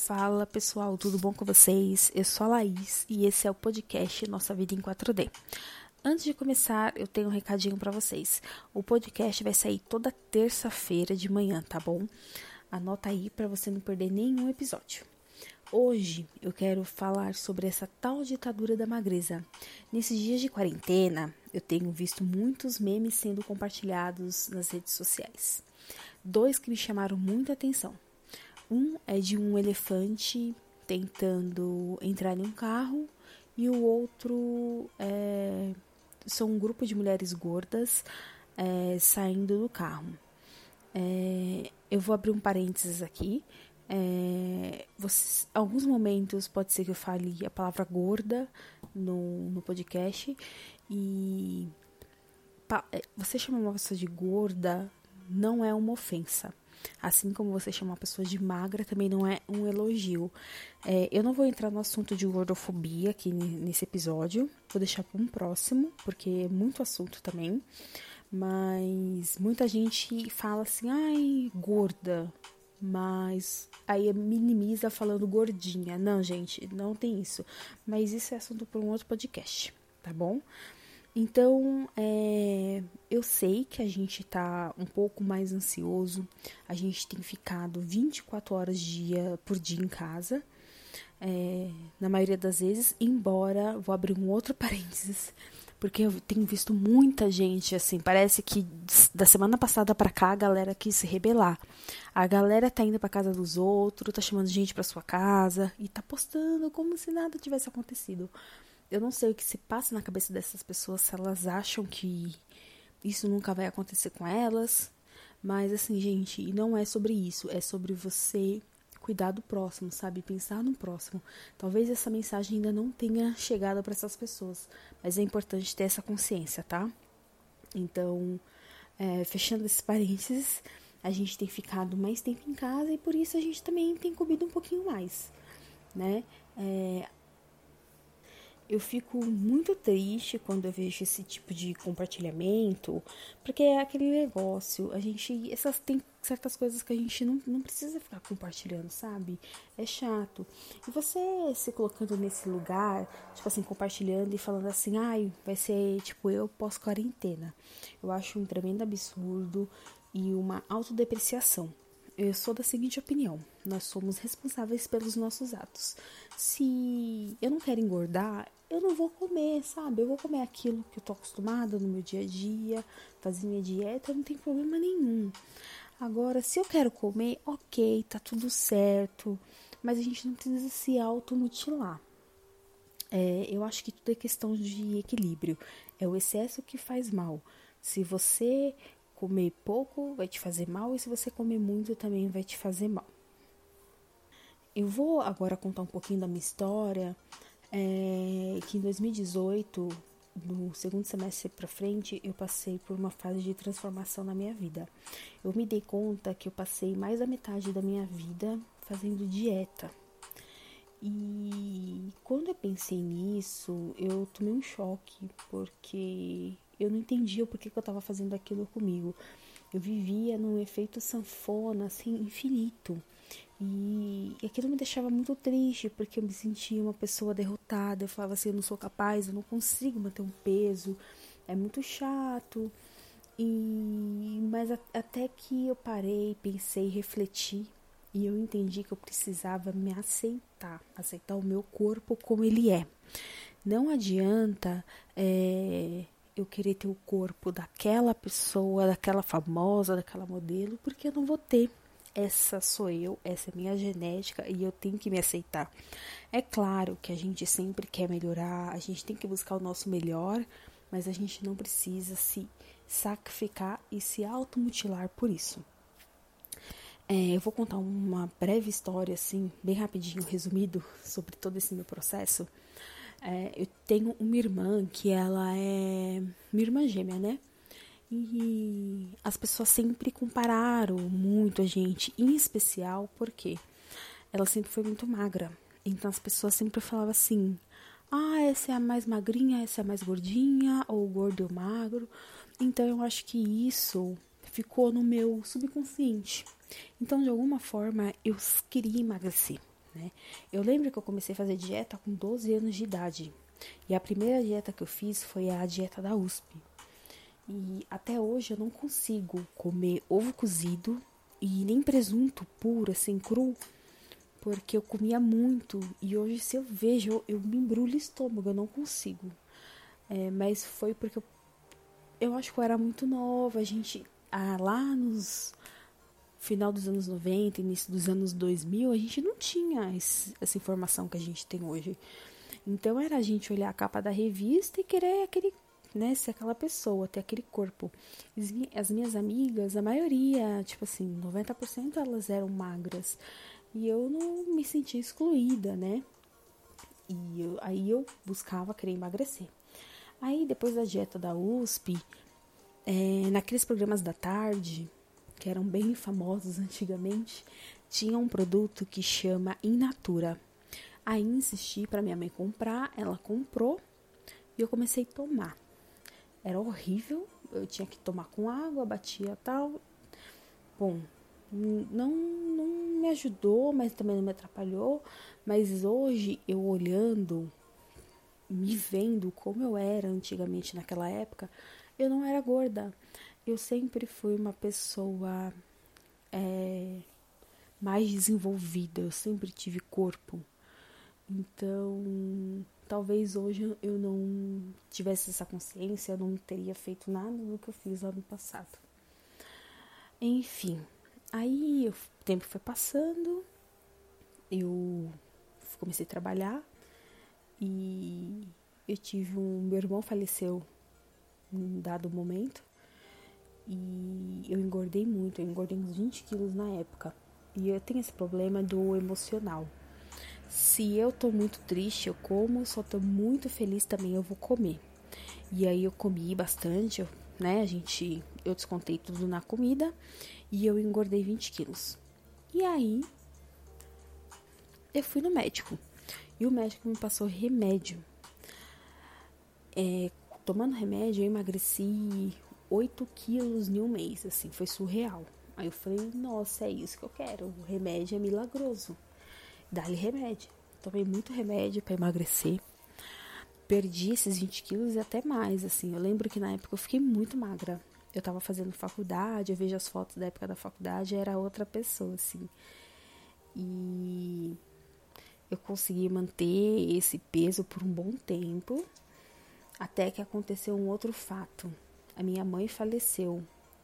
Fala pessoal, tudo bom com vocês? Eu sou a Laís e esse é o podcast Nossa Vida em 4D. Antes de começar, eu tenho um recadinho para vocês. O podcast vai sair toda terça-feira de manhã, tá bom? Anota aí para você não perder nenhum episódio. Hoje eu quero falar sobre essa tal ditadura da magreza. Nesses dias de quarentena, eu tenho visto muitos memes sendo compartilhados nas redes sociais. 2 que me chamaram muita atenção. Um é de um elefante tentando entrar em um carro e o outro são um grupo de mulheres gordas saindo do carro. Eu vou abrir um parênteses aqui. Alguns momentos pode ser que eu fale a palavra gorda no podcast e você chamar uma pessoa de gorda não é uma ofensa. Assim como você chamar uma pessoa de magra também não é um elogio. Eu não vou entrar no assunto de gordofobia aqui nesse episódio. Vou deixar para um próximo, porque é muito assunto também. Mas muita gente fala assim, ai, gorda. Mas aí minimiza falando gordinha. Não, gente, não tem isso. Mas isso é assunto para um outro podcast, tá bom? Então, eu sei que a gente tá um pouco mais ansioso, a gente tem ficado 24 horas por dia em casa, na maioria das vezes, embora, vou abrir um outro parênteses, porque eu tenho visto muita gente, assim, parece que da semana passada pra cá a galera quis se rebelar. A galera tá indo pra casa dos outros, tá chamando gente pra sua casa e tá postando como se nada tivesse acontecido. Eu não sei o que se passa na cabeça dessas pessoas, se elas acham que isso nunca vai acontecer com elas. Mas assim, gente, não é sobre isso. É sobre você cuidar do próximo, sabe? Pensar no próximo. Talvez essa mensagem ainda não tenha chegado para essas pessoas. Mas é importante ter essa consciência, tá? Então, fechando esses parênteses, a gente tem ficado mais tempo em casa e por isso a gente também tem comido um pouquinho mais, né? Eu fico muito triste quando eu vejo esse tipo de compartilhamento, porque é aquele negócio, tem certas coisas que a gente não precisa ficar compartilhando, sabe? É chato. E você se colocando nesse lugar, tipo assim, compartilhando e falando assim, ai, vai ser tipo eu pós-quarentena. Eu acho um tremendo absurdo e uma autodepreciação. Eu sou da seguinte opinião, nós somos responsáveis pelos nossos atos. Se eu não quero engordar, eu não vou comer, sabe? Eu vou comer aquilo que eu tô acostumada no meu dia a dia, fazer minha dieta, não tem problema nenhum. Agora, se eu quero comer, ok, tá tudo certo, mas a gente não precisa se automutilar. Eu acho que tudo é questão de equilíbrio, é o excesso que faz mal. Se você comer pouco, vai te fazer mal, e se você comer muito, também vai te fazer mal. Eu vou agora contar um pouquinho da minha história, que em 2018, do segundo semestre pra frente, eu passei por uma fase de transformação na minha vida. Eu me dei conta que eu passei mais da metade da minha vida fazendo dieta. E quando eu pensei nisso, eu tomei um choque, porque eu não entendia o porquê que eu estava fazendo aquilo comigo. Eu vivia num efeito sanfona, assim, infinito. E aquilo me deixava muito triste, porque eu me sentia uma pessoa derrotada. Eu falava assim, eu não sou capaz, eu não consigo manter um peso, é muito chato. Mas até que eu parei, pensei, refleti, e eu entendi que eu precisava me aceitar o meu corpo como ele é. Não adianta eu querer ter o corpo daquela pessoa, daquela famosa, daquela modelo, porque eu não vou ter. Essa sou eu, essa é minha genética e eu tenho que me aceitar. É claro que a gente sempre quer melhorar, a gente tem que buscar o nosso melhor, mas a gente não precisa se sacrificar e se automutilar por isso. Eu vou contar uma breve história, assim, bem rapidinho, resumido, sobre todo esse meu processo. Eu tenho uma irmã que ela é minha irmã gêmea, né? E as pessoas sempre compararam muito a gente, em especial porque ela sempre foi muito magra. Então as pessoas sempre falavam assim, ah, essa é a mais magrinha, essa é a mais gordinha, ou gordo ou magro. Então eu acho que isso ficou no meu subconsciente. Então, de alguma forma, eu queria emagrecer, né? Eu lembro que eu comecei a fazer dieta com 12 anos de idade. E a primeira dieta que eu fiz foi a dieta da USP. E até hoje eu não consigo comer ovo cozido e nem presunto puro, assim, cru, porque eu comia muito. E hoje, se eu vejo, eu me embrulho o estômago, eu não consigo. Mas foi porque eu acho que eu era muito nova. A gente, lá nos final dos anos 90, início dos anos 2000, a gente não tinha essa informação que a gente tem hoje. Então era a gente olhar a capa da revista e querer aquele, né, ser aquela pessoa, ter aquele corpo. As minhas amigas, a maioria, tipo assim, 90% elas eram magras. E eu não me sentia excluída, né? Aí eu buscava querer emagrecer. Aí depois da dieta da USP, naqueles programas da tarde, que eram bem famosos antigamente, tinha um produto que chama In Natura. Aí insisti para minha mãe comprar, ela comprou e eu comecei a tomar. Era horrível, eu tinha que tomar com água, batia tal. Bom, não me ajudou, mas também não me atrapalhou. Mas hoje, eu olhando, me vendo como eu era antigamente naquela época, eu não era gorda. Eu sempre fui uma pessoa mais desenvolvida, eu sempre tive corpo. Então, talvez hoje eu não tivesse essa consciência, eu não teria feito nada do que eu fiz lá no passado. Enfim, aí o tempo foi passando, eu comecei a trabalhar e eu tive meu irmão faleceu em um dado momento e eu engordei muito, eu engordei uns 20 quilos na época. E eu tenho esse problema do emocional. Se eu tô muito triste, eu como. Se eu tô muito feliz também, eu vou comer. E aí eu comi bastante, né? Eu descontei tudo na comida e eu engordei 20 quilos. E aí eu fui no médico. E o médico me passou remédio. Tomando remédio, eu emagreci 8 quilos em um mês, assim, foi surreal. Aí eu falei, nossa, é isso que eu quero. O remédio é milagroso. Dá-lhe remédio. Tomei muito remédio para emagrecer. Perdi esses 20 quilos e até mais, assim. Eu lembro que na época eu fiquei muito magra. Eu tava fazendo faculdade, eu vejo as fotos da época da faculdade, era outra pessoa, assim. E eu consegui manter esse peso por um bom tempo, até que aconteceu um outro fato. A minha mãe faleceu.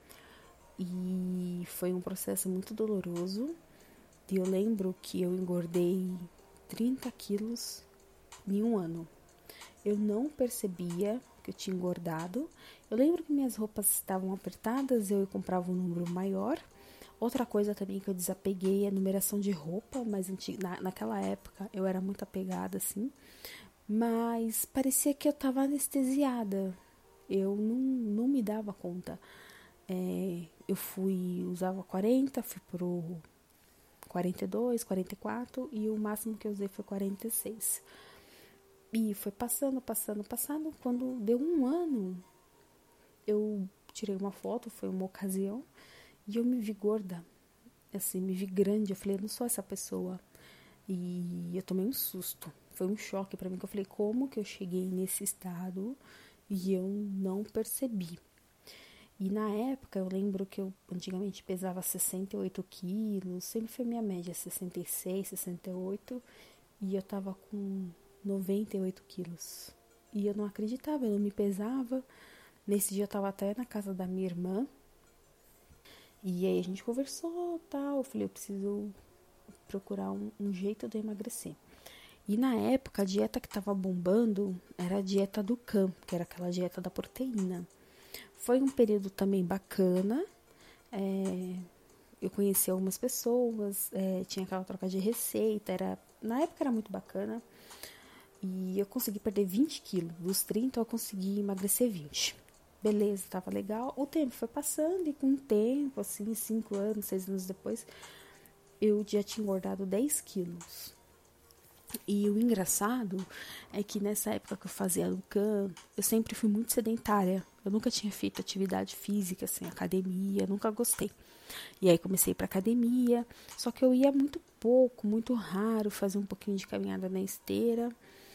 E foi um processo muito doloroso. E eu lembro que eu engordei 30 quilos em um ano. Eu não percebia que eu tinha engordado. Eu lembro que minhas roupas estavam apertadas, eu comprava um número maior. Outra coisa também que eu desapeguei é a numeração de roupa, mas naquela época eu era muito apegada, assim. Mas parecia que eu estava anestesiada. Eu não me dava conta. Eu usava 40, fui pro 42, 44 e o máximo que eu usei foi 46. E foi passando. Quando deu um ano, eu tirei uma foto, foi uma ocasião, e eu me vi gorda, assim, me vi grande. Eu falei, eu não sou essa pessoa. E eu tomei um susto, foi um choque pra mim, que eu falei, como que eu cheguei nesse estado e eu não percebi? E na época, eu lembro que eu antigamente pesava 68 quilos, sempre foi minha média, 66, 68, e eu tava com 98 quilos. E eu não acreditava, eu não me pesava. Nesse dia eu tava até na casa da minha irmã, e aí a gente conversou, tal, eu falei, eu preciso procurar um jeito de emagrecer. E na época, a dieta que tava bombando era a dieta do CAM, que era aquela dieta da proteína. Foi um período também bacana, eu conheci algumas pessoas, tinha aquela troca de receita, na época era muito bacana, e eu consegui perder 20 quilos, dos 30 eu consegui emagrecer 20. Beleza, tava legal, o tempo foi passando e com o tempo, assim, 5 anos, 6 anos depois, eu já tinha engordado 10 quilos. E o engraçado é que nessa época que eu fazia Lucan, eu sempre fui muito sedentária. Eu nunca tinha feito atividade física, assim, academia, nunca gostei. E aí comecei para academia, só que eu ia muito pouco, muito raro, fazer um pouquinho de caminhada na esteira.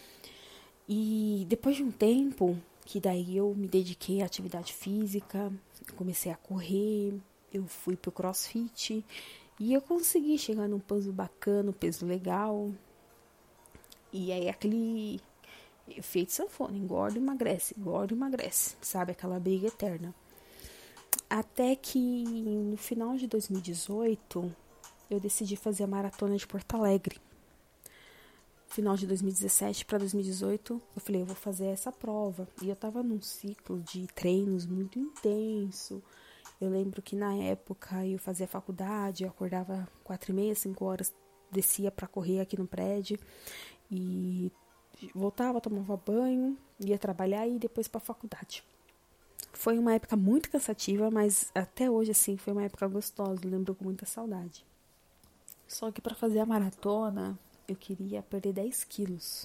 E depois de um tempo, que daí eu me dediquei à atividade física, comecei a correr, eu fui pro CrossFit e eu consegui chegar num peso bacana, um peso legal. E aí aquele efeito sanfona, engorda e emagrece, sabe? Aquela briga eterna. Até que no final de 2018, eu decidi fazer a maratona de Porto Alegre. Final de 2017 para 2018, eu falei, eu vou fazer essa prova. E eu tava num ciclo de treinos muito intenso. Eu lembro que na época eu fazia faculdade, eu acordava 4h30, 5 horas, descia para correr aqui no prédio e voltava, tomava banho, ia trabalhar e depois para a faculdade. Foi uma época muito cansativa, mas até hoje assim foi uma época gostosa, eu lembro com muita saudade. Só que para fazer a maratona, eu queria perder 10 quilos.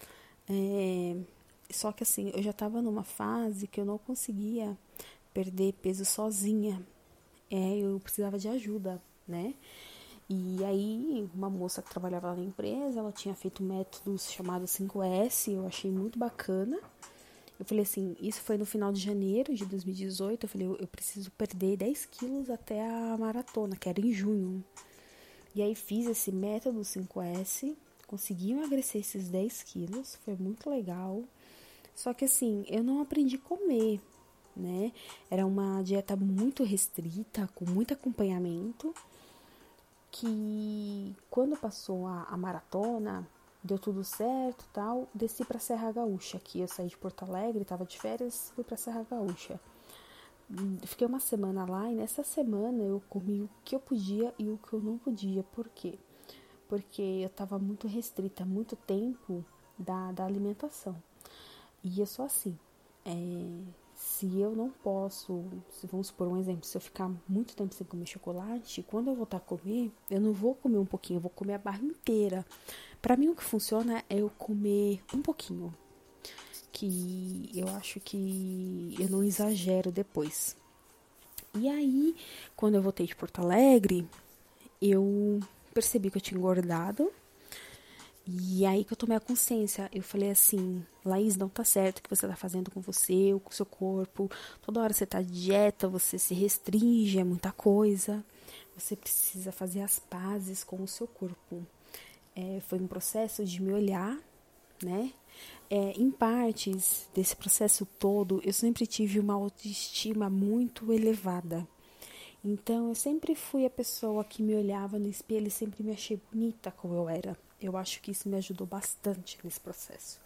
Só que assim, eu já estava numa fase que eu não conseguia perder peso sozinha. Eu precisava de ajuda, né? E aí, uma moça que trabalhava lá na empresa, ela tinha feito um método chamado 5S, eu achei muito bacana. Eu falei assim, isso foi no final de janeiro de 2018, eu falei, eu preciso perder 10 quilos até a maratona, que era em junho. E aí fiz esse método 5S, consegui emagrecer esses 10 quilos, foi muito legal. Só que assim, eu não aprendi a comer, né? Era uma dieta muito restrita, com muito acompanhamento, que quando passou a maratona, deu tudo certo e tal, desci pra Serra Gaúcha, aqui eu saí de Porto Alegre, tava de férias, fui pra Serra Gaúcha. Fiquei uma semana lá e nessa semana eu comi o que eu podia e o que eu não podia. Por quê? Porque eu tava muito restrita, muito tempo da alimentação. E eu sou assim, se eu não posso, se vamos supor um exemplo, se eu ficar muito tempo sem comer chocolate, quando eu voltar a comer, eu não vou comer um pouquinho, eu vou comer a barra inteira. Pra mim o que funciona é eu comer um pouquinho, que eu acho que eu não exagero depois. E aí, quando eu voltei de Porto Alegre, eu percebi que eu tinha engordado. E aí que eu tomei a consciência, eu falei assim, Laís, não tá certo o que você tá fazendo com você, com o seu corpo. Toda hora você tá de dieta, você se restringe, é muita coisa. Você precisa fazer as pazes com o seu corpo. Foi um processo de me olhar, né? Em partes desse processo todo, eu sempre tive uma autoestima muito elevada. Então, eu sempre fui a pessoa que me olhava no espelho e sempre me achei bonita como eu era. Eu acho que isso me ajudou bastante nesse processo.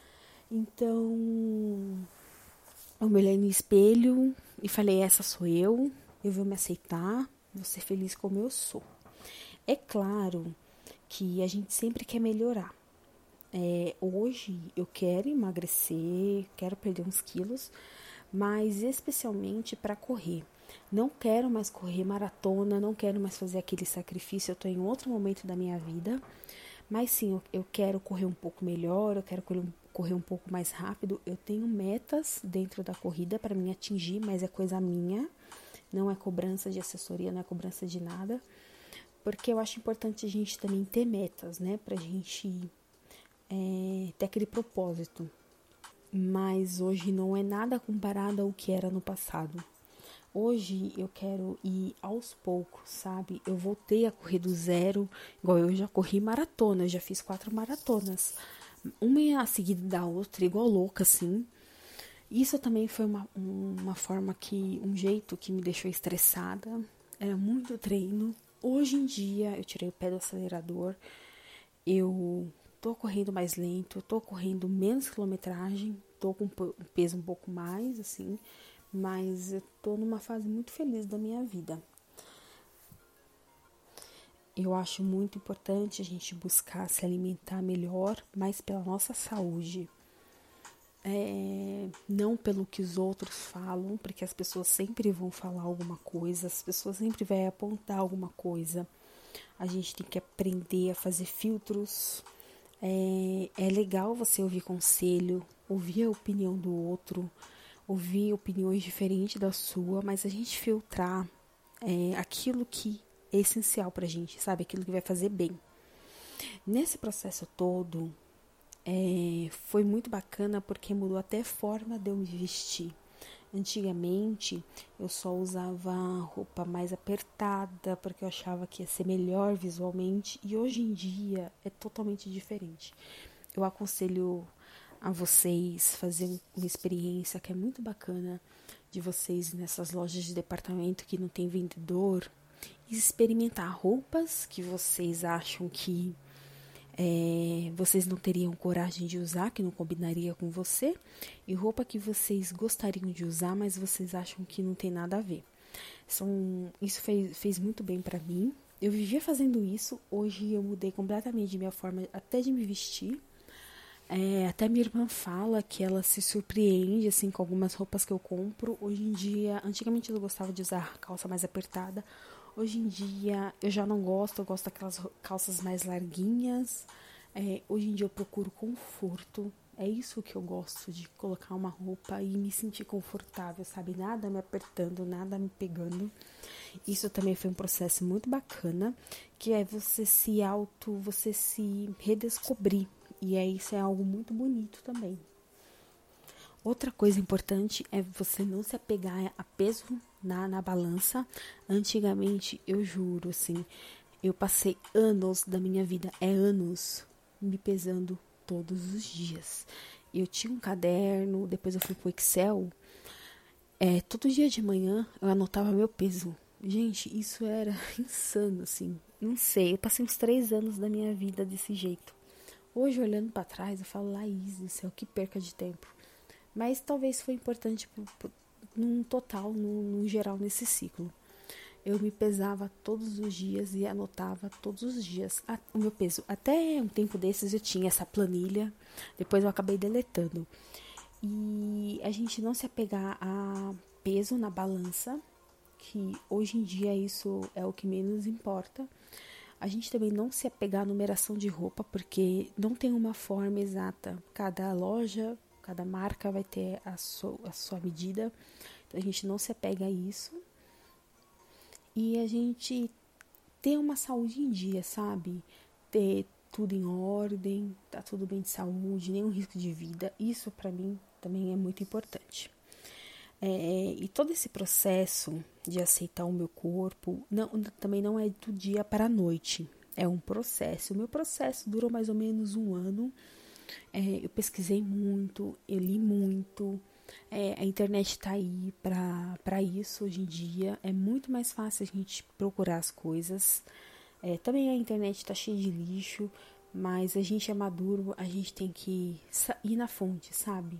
Então, eu me olhei no espelho e falei, essa sou eu vou me aceitar, vou ser feliz como eu sou. É claro que a gente sempre quer melhorar. Hoje eu quero emagrecer, quero perder uns quilos, mas especialmente para correr. Não quero mais correr maratona, não quero mais fazer aquele sacrifício, eu estou em outro momento da minha vida, mas sim, eu quero correr um pouco melhor, eu quero correr um pouco mais rápido. Eu tenho metas dentro da corrida para me atingir, mas é coisa minha, não é cobrança de assessoria, não é cobrança de nada, porque eu acho importante a gente também ter metas, né, pra gente ter aquele propósito. Mas hoje não é nada comparado ao que era no passado. Hoje eu quero ir aos poucos, sabe? Eu voltei a correr do zero, igual eu já corri maratona, eu já fiz 4 maratonas. Uma a seguida da outra, igual louca, assim. Isso também foi uma forma um jeito que me deixou estressada. Era muito treino. Hoje em dia eu tirei o pé do acelerador. Eu tô correndo mais lento, tô correndo menos quilometragem, tô com um peso um pouco mais, assim, mas eu tô numa fase muito feliz da minha vida. Eu acho muito importante a gente buscar se alimentar melhor, mas pela nossa saúde. Não pelo que os outros falam, porque as pessoas sempre vão falar alguma coisa, as pessoas sempre vão apontar alguma coisa. A gente tem que aprender a fazer filtros, É legal você ouvir conselho, ouvir a opinião do outro, ouvir opiniões diferentes da sua, mas a gente filtrar aquilo que é essencial pra gente, sabe? Aquilo que vai fazer bem. Nesse processo todo, foi muito bacana porque mudou até a forma de eu me vestir. Antigamente, eu só usava roupa mais apertada porque eu achava que ia ser melhor visualmente, e hoje em dia é totalmente diferente. Eu aconselho a vocês fazer uma experiência que é muito bacana de vocês nessas lojas de departamento que não tem vendedor e experimentar roupas que vocês acham que vocês não teriam coragem de usar, que não combinaria com você, e roupa que vocês gostariam de usar, mas vocês acham que não tem nada a ver. Isso fez muito bem pra mim. Eu vivia fazendo isso, hoje eu mudei completamente minha forma até de me vestir. Até minha irmã fala que ela se surpreende assim com algumas roupas que eu compro. Hoje em dia, antigamente eu gostava de usar calça mais apertada. Hoje em dia eu já não gosto, eu gosto daquelas calças mais larguinhas. Hoje em dia eu procuro conforto. É isso que eu gosto, de colocar uma roupa e me sentir confortável, sabe? Nada me apertando, nada me pegando. Isso também foi um processo muito bacana, que é você se redescobrir. E isso é algo muito bonito também. Outra coisa importante é você não se apegar a peso na balança. Antigamente, eu juro, assim, eu passei anos da minha vida, anos, me pesando todos os dias. Eu tinha um caderno, depois eu fui pro Excel. Todo dia de manhã eu anotava meu peso. Gente, isso era insano, assim. Não sei, eu passei uns 3 anos da minha vida desse jeito. Hoje, olhando pra trás, eu falo, Laís, do céu, que perca de tempo. Mas talvez foi importante num total, num geral, nesse ciclo. Eu me pesava todos os dias e anotava todos os dias o meu peso. Até um tempo desses eu tinha essa planilha, depois eu acabei deletando. E a gente não se apegar a peso na balança, que hoje em dia isso é o que menos importa. A gente também não se apegar à numeração de roupa, porque não tem uma forma exata. Cada loja, cada marca vai ter a sua medida. Então a gente não se apega a isso. E a gente ter uma saúde em dia, sabe? Ter tudo em ordem, tá tudo bem de saúde, nenhum risco de vida. Isso pra mim também é muito importante. E todo esse processo de aceitar o meu corpo também não é do dia para a noite. É um processo. O meu processo durou mais ou menos 1 ano. Eu pesquisei muito, eu li muito. A internet tá aí para isso hoje em dia. É muito mais fácil a gente procurar as coisas. Também a internet tá cheia de lixo, mas a gente é maduro, a gente tem que ir na fonte, sabe?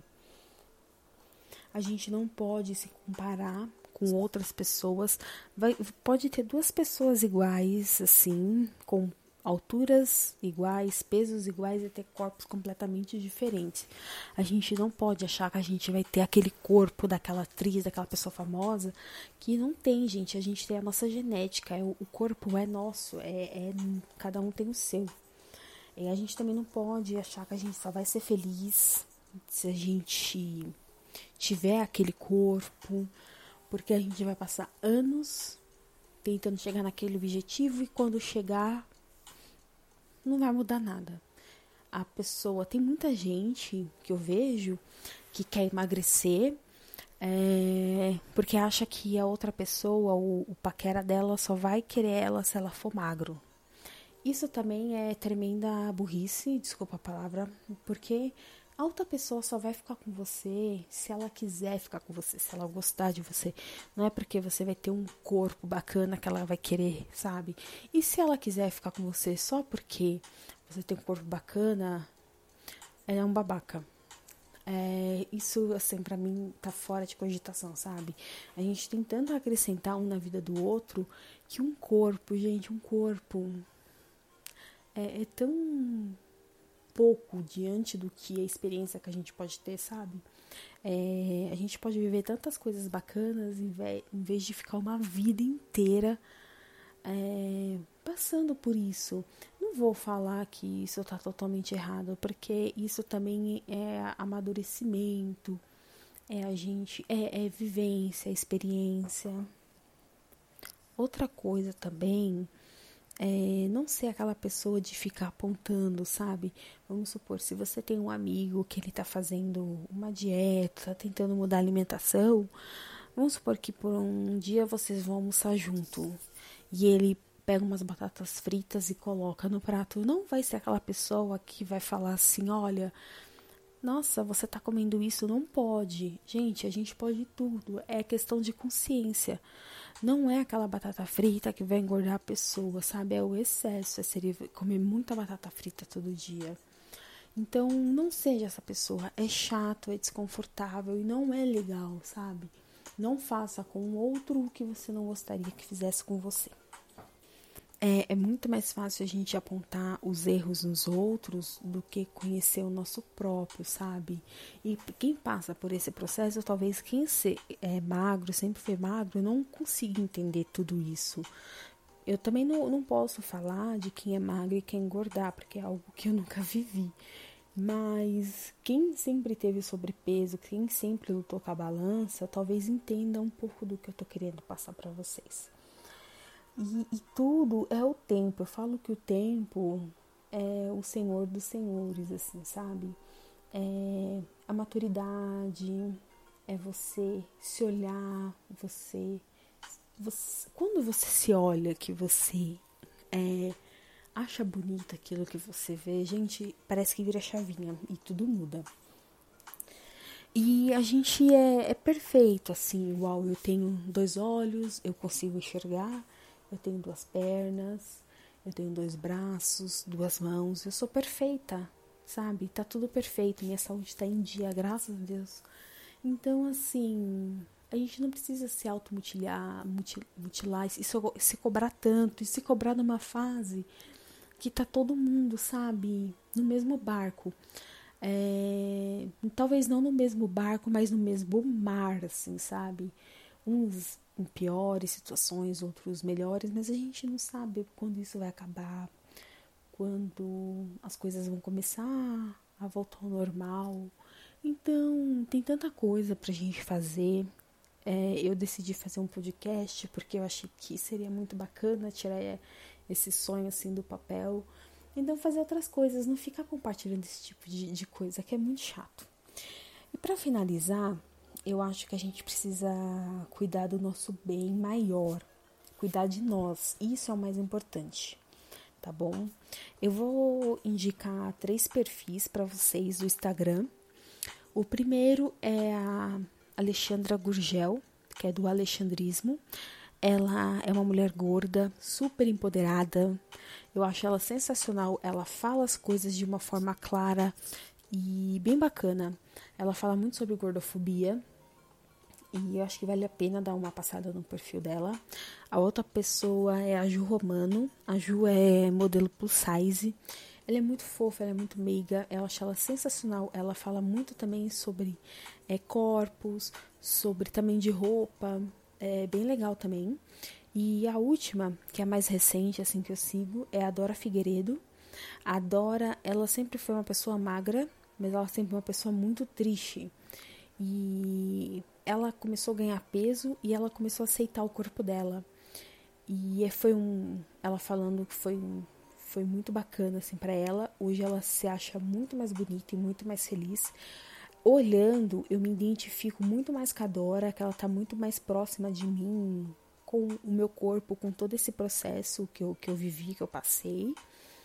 A gente não pode se comparar com outras pessoas. Pode ter 2 pessoas iguais, assim, com alturas iguais, pesos iguais e ter corpos completamente diferentes. A gente não pode achar que a gente vai ter aquele corpo daquela atriz, daquela pessoa famosa, que não tem, gente. A gente tem a nossa genética, o corpo é nosso, cada um tem o seu. E a gente também não pode achar que a gente só vai ser feliz se a gente tiver aquele corpo, porque a gente vai passar anos tentando chegar naquele objetivo e quando chegar não vai mudar nada. Tem muita gente que eu vejo que quer emagrecer porque acha que a outra pessoa, o paquera dela, só vai querer ela se ela for magro. Isso também é tremenda burrice, desculpa a palavra, porque a outra pessoa só vai ficar com você se ela quiser ficar com você, se ela gostar de você. Não é porque você vai ter um corpo bacana que ela vai querer, sabe? E se ela quiser ficar com você só porque você tem um corpo bacana, ela é um babaca. Isso, assim, pra mim tá fora de cogitação, sabe? A gente tem tanto a acrescentar um na vida do outro que um corpo, gente, um corpo é tão pouco diante do que a experiência que a gente pode ter, sabe? A gente pode viver tantas coisas bacanas em vez de ficar uma vida inteira passando por isso. Não não vou falar que isso tá totalmente errado, porque isso também é amadurecimento, é vivência, é experiência. Outra coisa também é não ser aquela pessoa de ficar apontando, sabe? Vamos supor, se você tem um amigo que ele tá fazendo uma dieta, tá tentando mudar a alimentação, vamos supor que por um dia vocês vão almoçar junto e ele pega umas batatas fritas e coloca no prato. Não vai ser aquela pessoa que vai falar assim, olha, nossa, você tá comendo isso, não pode. Gente, a gente pode tudo. É questão de consciência. Não é aquela batata frita que vai engordar a pessoa, sabe? É o excesso, é seria comer muita batata frita todo dia. Então, não seja essa pessoa. É chato, é desconfortável e não é legal, sabe? Não faça com o outro o que você não gostaria que fizesse com você. É muito mais fácil a gente apontar os erros nos outros do que conhecer o nosso próprio, sabe? E quem passa por esse processo, talvez quem é magro, sempre foi magro, não consiga entender tudo isso. Eu também não posso falar de quem é magro e quer engordar, porque é algo que eu nunca vivi. Mas quem sempre teve sobrepeso, quem sempre lutou com a balança, talvez entenda um pouco do que eu tô querendo passar para vocês. E tudo é o tempo. Eu falo que o tempo é o senhor dos senhores, assim, sabe? É a maturidade, é você se olhar, quando você se olha, que você acha bonito aquilo que você vê, gente, parece que vira chavinha e tudo muda. E a gente é perfeito, assim, igual eu tenho 2 olhos, eu consigo enxergar, eu tenho 2 pernas, eu tenho 2 braços, 2 mãos, eu sou perfeita, sabe? Tá tudo perfeito, minha saúde tá em dia, graças a Deus. Então, assim, a gente não precisa se automutilar, mutilar, se cobrar tanto, e se cobrar numa fase que tá todo mundo, sabe, no mesmo barco. Talvez não no mesmo barco, mas no mesmo mar, assim, sabe? Uns em piores situações, outros melhores, mas a gente não sabe quando isso vai acabar, quando as coisas vão começar a voltar ao normal. Então, tem tanta coisa pra gente fazer. Eu decidi fazer um podcast porque eu achei que seria muito bacana tirar esse sonho assim do papel. Então, fazer outras coisas, não ficar compartilhando esse tipo de coisa que é muito chato. E para finalizar, eu acho que a gente precisa cuidar do nosso bem maior, cuidar de nós. Isso é o mais importante, tá bom? Eu vou indicar 3 perfis para vocês do Instagram. O primeiro é a Alexandra Gurgel, que é do Alexandrismo. Ela é uma mulher gorda, super empoderada. Eu acho ela sensacional. Ela fala as coisas de uma forma clara e bem bacana. Ela fala muito sobre gordofobia e eu acho que vale a pena dar uma passada no perfil dela. A outra pessoa é a Ju Romano. A Ju é modelo plus size. Ela é muito fofa, ela é muito meiga, eu acho ela sensacional. Ela fala muito também sobre corpos, sobre também de roupa, é bem legal também. E a última, que é a mais recente, assim, que eu sigo, é a Dora Figueiredo. A Dora, ela sempre foi uma pessoa magra, mas ela sempre foi uma pessoa muito triste. E ela começou a ganhar peso e ela começou a aceitar o corpo dela. E ela falando que foi muito bacana, assim, pra ela. Hoje ela se acha muito mais bonita e muito mais feliz. Olhando, eu me identifico muito mais com a Dora, que ela tá muito mais próxima de mim, com o meu corpo, com todo esse processo que eu vivi, que eu passei.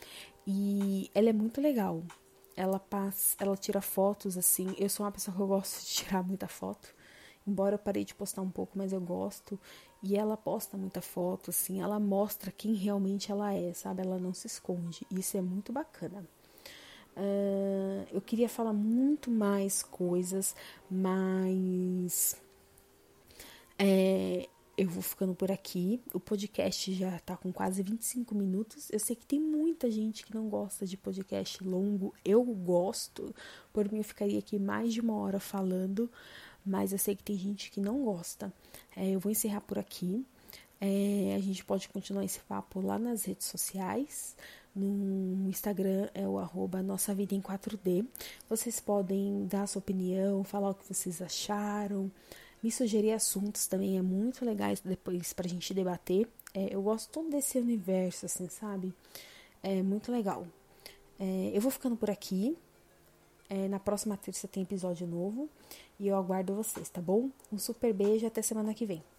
E ela é muito legal. Ela tira fotos, assim. Eu sou uma pessoa que eu gosto de tirar muita foto. Embora eu parei de postar um pouco, mas eu gosto. E ela posta muita foto, assim. Ela mostra quem realmente ela é, sabe? Ela não se esconde. Isso é muito bacana. Eu queria falar muito mais coisas, mas eu vou ficando por aqui. O podcast já tá com quase 25 minutos. Eu sei que tem muita gente que não gosta de podcast longo. Eu gosto. Por mim, eu ficaria aqui mais de 1 hora falando. Mas eu sei que tem gente que não gosta. Eu vou encerrar por aqui. A gente pode continuar esse papo lá nas redes sociais. No Instagram é o @Nossa Vida em 4D. Vocês podem dar a sua opinião, falar o que vocês acharam, me sugerir assuntos também, é muito legais depois pra gente debater. Eu gosto todo desse universo, assim, sabe? É muito legal. Eu vou ficando por aqui. Na próxima terça tem episódio novo. E eu aguardo vocês, tá bom? Um super beijo, até semana que vem.